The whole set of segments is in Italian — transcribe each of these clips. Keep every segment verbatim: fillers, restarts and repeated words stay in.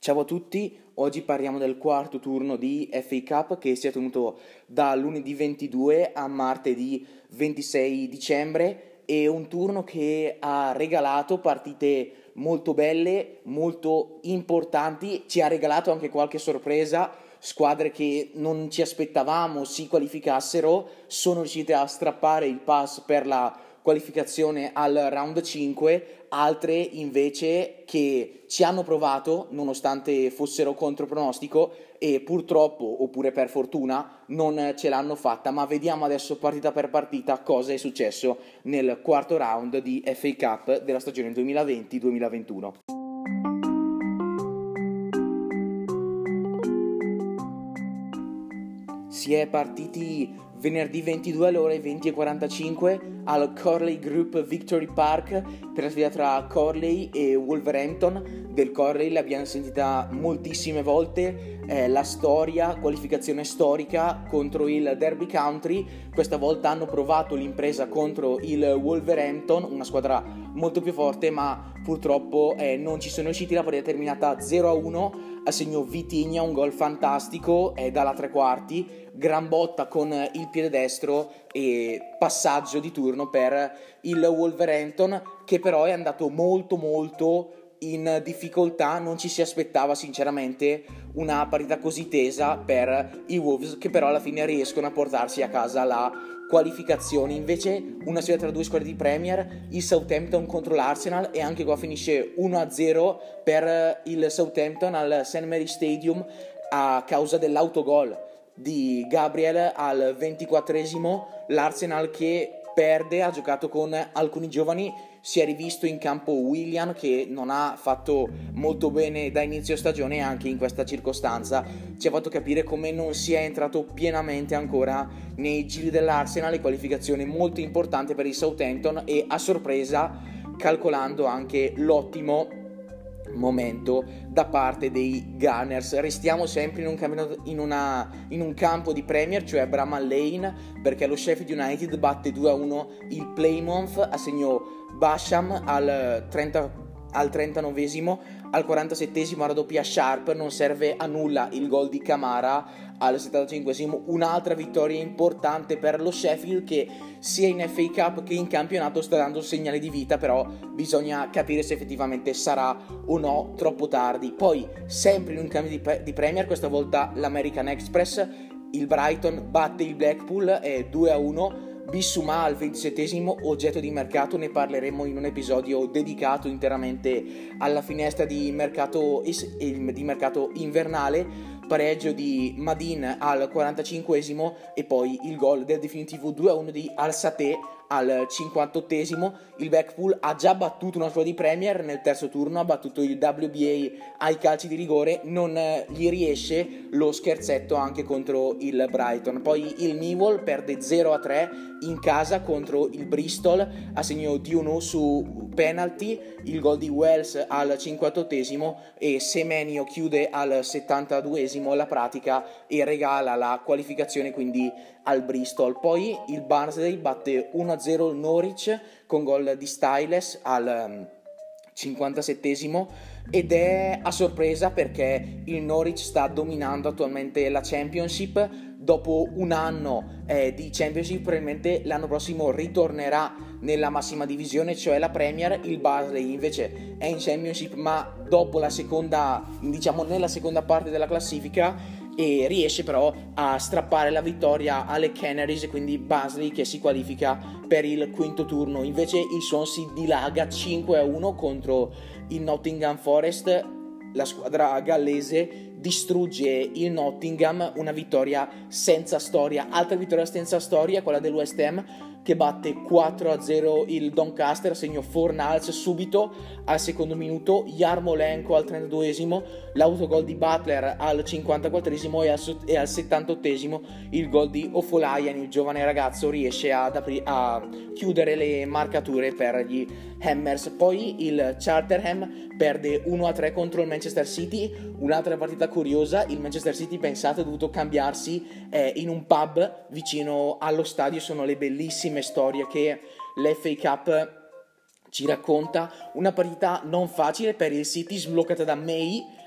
Ciao a tutti, oggi parliamo del quarto turno di F A Cup che si è tenuto da lunedì ventidue a martedì ventisei dicembre e un turno che ha regalato partite molto belle, molto importanti, ci ha regalato anche qualche sorpresa, squadre che non ci aspettavamo si qualificassero, sono riuscite a strappare il pass per la qualificazione al round cinque, altre invece che ci hanno provato nonostante fossero contro pronostico e purtroppo, oppure per fortuna, non ce l'hanno fatta. Ma vediamo adesso partita per partita cosa è successo nel quarto round di F A Cup della stagione duemilaventi duemilaventuno. Si è partiti venerdì ventidue alle ore venti e quarantacinque al Corley Group Victory Park per la sfida tra Corley e Wolverhampton. Del Corley l'abbiamo sentita moltissime volte, eh, la storia, qualificazione storica contro il Derby Country. Questa volta hanno provato l'impresa contro il Wolverhampton, una squadra molto più forte, ma purtroppo eh, non ci sono riusciti. La partita è terminata zero a uno a segno Vitigna, un gol fantastico eh, dalla tre quarti, gran botta con il piede destro e passaggio di turno per il Wolverhampton, che però è andato molto molto in difficoltà. Non ci si aspettava sinceramente una partita così tesa per i Wolves, che però alla fine riescono a portarsi a casa la qualificazione. Invece una sfida tra due squadre di Premier, il Southampton contro l'Arsenal, e anche qua finisce uno a zero per il Southampton al Saint Mary Stadium a causa dell'autogol di Gabriel al ventiquattresimo. L'Arsenal che perde, ha giocato con alcuni giovani, si è rivisto in campo Willian che non ha fatto molto bene da inizio stagione, e anche in questa circostanza ci ha fatto capire come non sia entrato pienamente ancora nei giri dell'Arsenal. E qualificazione molto importante per il Southampton, e a sorpresa calcolando anche l'ottimo momento da parte dei Gunners. Restiamo sempre in un, campionato, in, una, in un campo di Premier, cioè Bramall Lane, perché lo Sheffield United batte due a uno il Plymouth a segno Basham al, trenta, al trentanovesimo. Al quarantasettesimo raddoppia Sharp, non serve a nulla il gol di Camara al settantacinquesimo. Un'altra vittoria importante per lo Sheffield, che sia in F A Cup che in campionato sta dando segnali di vita, però bisogna capire se effettivamente sarà o no troppo tardi. Poi sempre in un cambio di, di Premier, questa volta l'American Express, il Brighton batte il Blackpool e due a uno. Bissouma al ventisettesimo, oggetto di mercato, ne parleremo in un episodio dedicato interamente alla finestra di mercato, di mercato invernale. Pareggio di Madin al quarantacinquesimo e poi il gol del definitivo due a uno di Al-Sateh al cinquantottesimo. Il Blackpool ha già battuto una squadra di Premier nel terzo turno, ha battuto il W B A ai calci di rigore, non gli riesce lo scherzetto anche contro il Brighton. Poi il Millwall perde zero a tre in casa contro il Bristol a segno di uno su penalty, il gol di Wells al cinquantottesimo, e Semenyo chiude al settantaduesimo la pratica e regala la qualificazione quindi al Bristol. Poi il Barnsley batte uno a zero il Norwich con gol di Styles al cinquantasettesimo, ed è a sorpresa perché il Norwich sta dominando attualmente la Championship. Dopo un anno eh, di Championship probabilmente l'anno prossimo ritornerà nella massima divisione, cioè la Premier. Il Barnsley invece è in Championship, ma dopo la seconda, diciamo nella seconda parte della classifica, e riesce però a strappare la vittoria alle Canaries, quindi Barnsley che si qualifica per il quinto turno. Invece il Swansea dilaga cinque a uno contro il Nottingham Forest. La squadra gallese distrugge il Nottingham, una vittoria senza storia. Altra vittoria senza storia, quella del West Ham, che batte quattro a zero il Doncaster, segno Fornals subito al secondo minuto, Yarmolenko al trentaduesimo, l'autogol di Butler al cinquantaquattresimo e al, e al settantottesimo il gol di Ofolayan. Il giovane ragazzo riesce ad apri- a chiudere le marcature per gli Hammers. Poi il Charterham perde uno a tre contro il Manchester City, un'altra partita curiosa. Il Manchester City, pensate, ha dovuto cambiarsi eh, in un pub vicino allo stadio. Sono le bellissime storie che l'F A Cup ci racconta. Una partita non facile per il City, sbloccata da May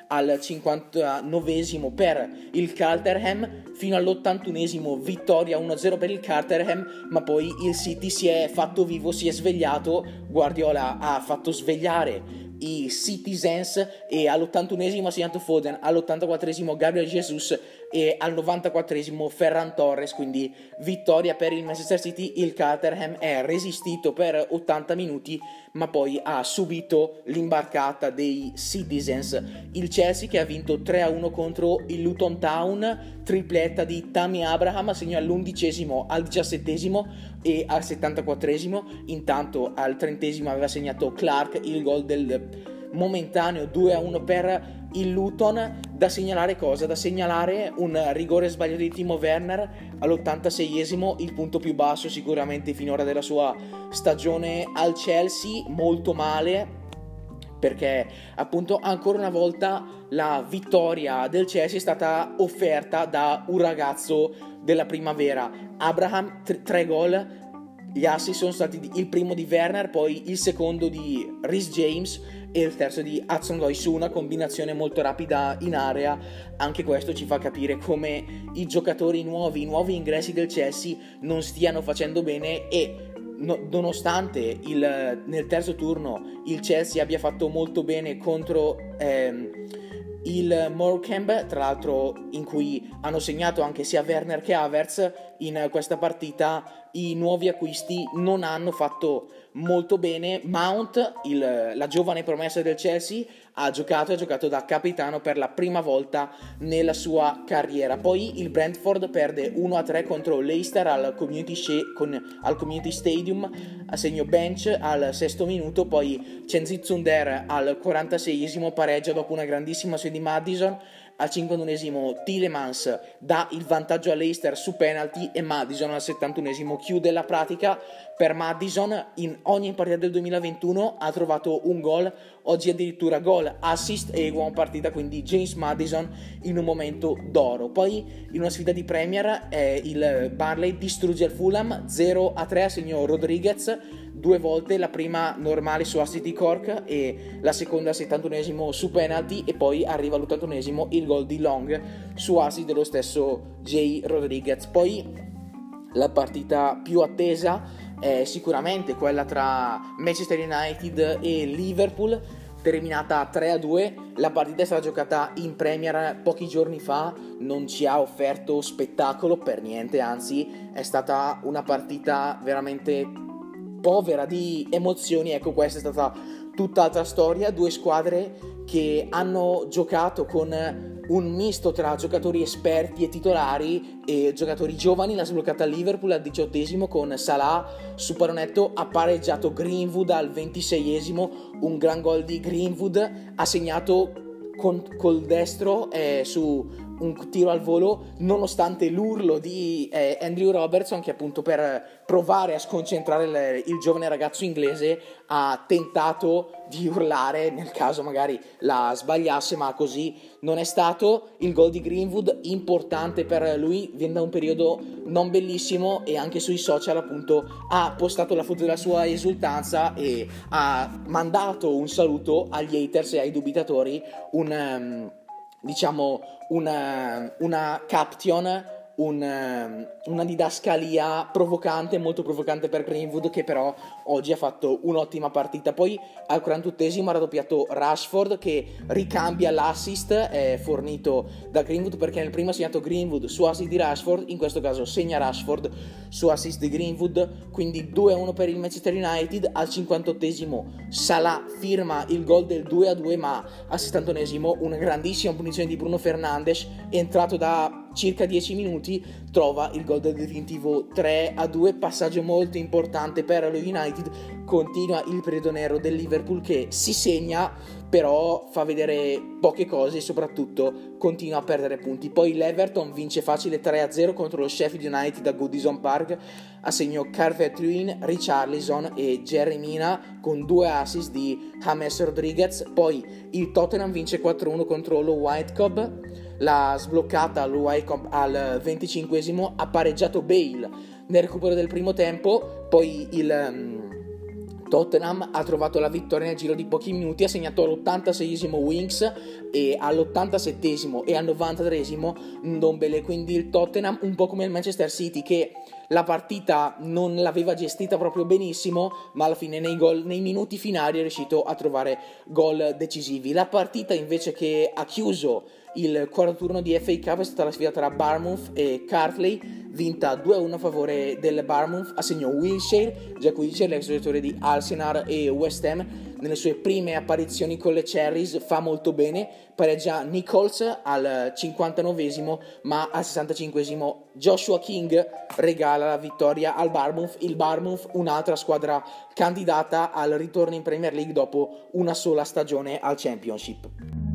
al cinquantanovesimo per il Caterham, fino all'ottantunesimo vittoria uno a zero per il Caterham, ma poi il City si è fatto vivo, si è svegliato, Guardiola ha fatto svegliare i Citizens e all'ottantunesimo ha segnato Foden, all'ottantaquattresimo Gabriel Jesus e al novantaquattresimo Ferran Torres, quindi vittoria per il Manchester City. Il Caterham è resistito per ottanta minuti ma poi ha subito l'imbarcata dei Citizens. Il Chelsea che ha vinto tre a uno contro il Luton Town, tripletta di Tammy Abraham, segnò all'undicesimo, al diciassettesimo e al settantaquattresimo. Intanto al trentesimo aveva segnato Clark il gol del momentaneo due a uno per il Luton. Da segnalare cosa? Da segnalare un rigore sbagliato di Timo Werner all'ottantaseiesimo, il punto più basso sicuramente finora della sua stagione al Chelsea, molto male, perché appunto ancora una volta la vittoria del Chelsea è stata offerta da un ragazzo della primavera. Abraham, t- tre gol, gli assist sono stati il primo di Werner, poi il secondo di Reece James e il terzo di Hudson-Odoi, su una combinazione molto rapida in area. Anche questo ci fa capire come i giocatori nuovi, i nuovi ingressi del Chelsea non stiano facendo bene e No, nonostante il, nel terzo turno il Chelsea abbia fatto molto bene contro ehm, il Morecambe, tra l'altro in cui hanno segnato anche sia Werner che Havertz, in questa partita i nuovi acquisti non hanno fatto molto bene. Mount, il, la giovane promessa del Chelsea, ha giocato, ha giocato da capitano per la prima volta nella sua carriera. Poi il Brentford perde uno a tre contro Leicester al Community, She- con, al Community Stadium a segno bench al sesto minuto. Poi Cenzi Zunder al quarantaseiesimo pareggia dopo una grandissima azione di Maddison. Al cinquantunesimo Tielemans dà il vantaggio a Leicester su penalty e Maddison al settantunesimo chiude la pratica. Per Maddison in ogni partita del duemilaventuno ha trovato un gol, oggi addirittura gol, assist e buona partita, quindi James Maddison in un momento d'oro. Poi in una sfida di Premier eh, il Burnley distrugge il Fulham zero a tre a segno Rodriguez due volte, la prima normale su assist di Cork e la seconda al settantunesimo su penalty, e poi arriva all'ottantunesimo il gol di Long su assist dello stesso Jay Rodriguez. Poi la partita più attesa è sicuramente quella tra Manchester United e Liverpool, terminata tre a due. La partita è stata giocata in Premier pochi giorni fa, non ci ha offerto spettacolo per niente, anzi è stata una partita veramente povera di emozioni. Ecco, questa è stata tutt'altra storia, due squadre che hanno giocato con un misto tra giocatori esperti e titolari e giocatori giovani. L'ha sbloccata Liverpool al diciottesimo con Salah su pallonetto, ha pareggiato Greenwood al ventiseiesimo, un gran gol di Greenwood, ha segnato con, col destro eh, su un tiro al volo, nonostante l'urlo di eh, Andrew Robertson, che appunto per provare a sconcentrare il, il giovane ragazzo inglese ha tentato di urlare nel caso magari la sbagliasse, ma così non è stato. Il gol di Greenwood importante per lui, viene da un periodo non bellissimo e anche sui social appunto ha postato la foto della sua esultanza e ha mandato un saluto agli haters e ai dubitatori, un um, diciamo una, una caption, un, una didascalia provocante, molto provocante per Greenwood, che però oggi ha fatto un'ottima partita. Poi al quarantottesimo ha raddoppiato Rashford, che ricambia l'assist eh, fornito da Greenwood, perché nel primo ha segnato Greenwood su assist di Rashford, in questo caso segna Rashford su assist di Greenwood, quindi due a uno per il Manchester United. Al cinquantottesimo Salah firma il gol del due a due, ma al settantunesimo una grandissima punizione di Bruno Fernandes, entrato da circa dieci minuti, trova il gol del definitivo tre a due, passaggio molto importante per lo United. Continua il periodo nero del Liverpool che si segna, però fa vedere poche cose e soprattutto continua a perdere punti. Poi l'Everton vince facile tre a zero contro lo Sheffield United a Goodison Park, a segno Calvert-Lewin, Richarlison e Jerry Mina con due assist di James Rodriguez. Poi il Tottenham vince quattro a uno contro lo Whitecop, l'ha sbloccata lo Whitecop al venticinquesimo, ha pareggiato Bale nel recupero del primo tempo. Poi il um, Tottenham ha trovato la vittoria nel giro di pochi minuti, ha segnato all'ottantaseiesimo Winks e all'ottantasettesimo e al novantatreesimo Ndombele, quindi il Tottenham un po' come il Manchester City, che la partita non l'aveva gestita proprio benissimo, ma alla fine nei, gol, nei minuti finali è riuscito a trovare gol decisivi. La partita invece che ha chiuso il quarto turno di F A Cup è stata la sfida tra Bournemouth e Cartley, vinta due a uno a favore del Bournemouth, a segno Wilshere, Jack Wilshere, l'ex giocatore di Arsenal e West Ham. Nelle sue prime apparizioni con le Cherries fa molto bene, pareggia Nichols al cinquantanovesimo, ma al sessantacinquesimo Joshua King regala la vittoria al Bournemouth. Il Bournemouth, un'altra squadra candidata al ritorno in Premier League dopo una sola stagione al Championship.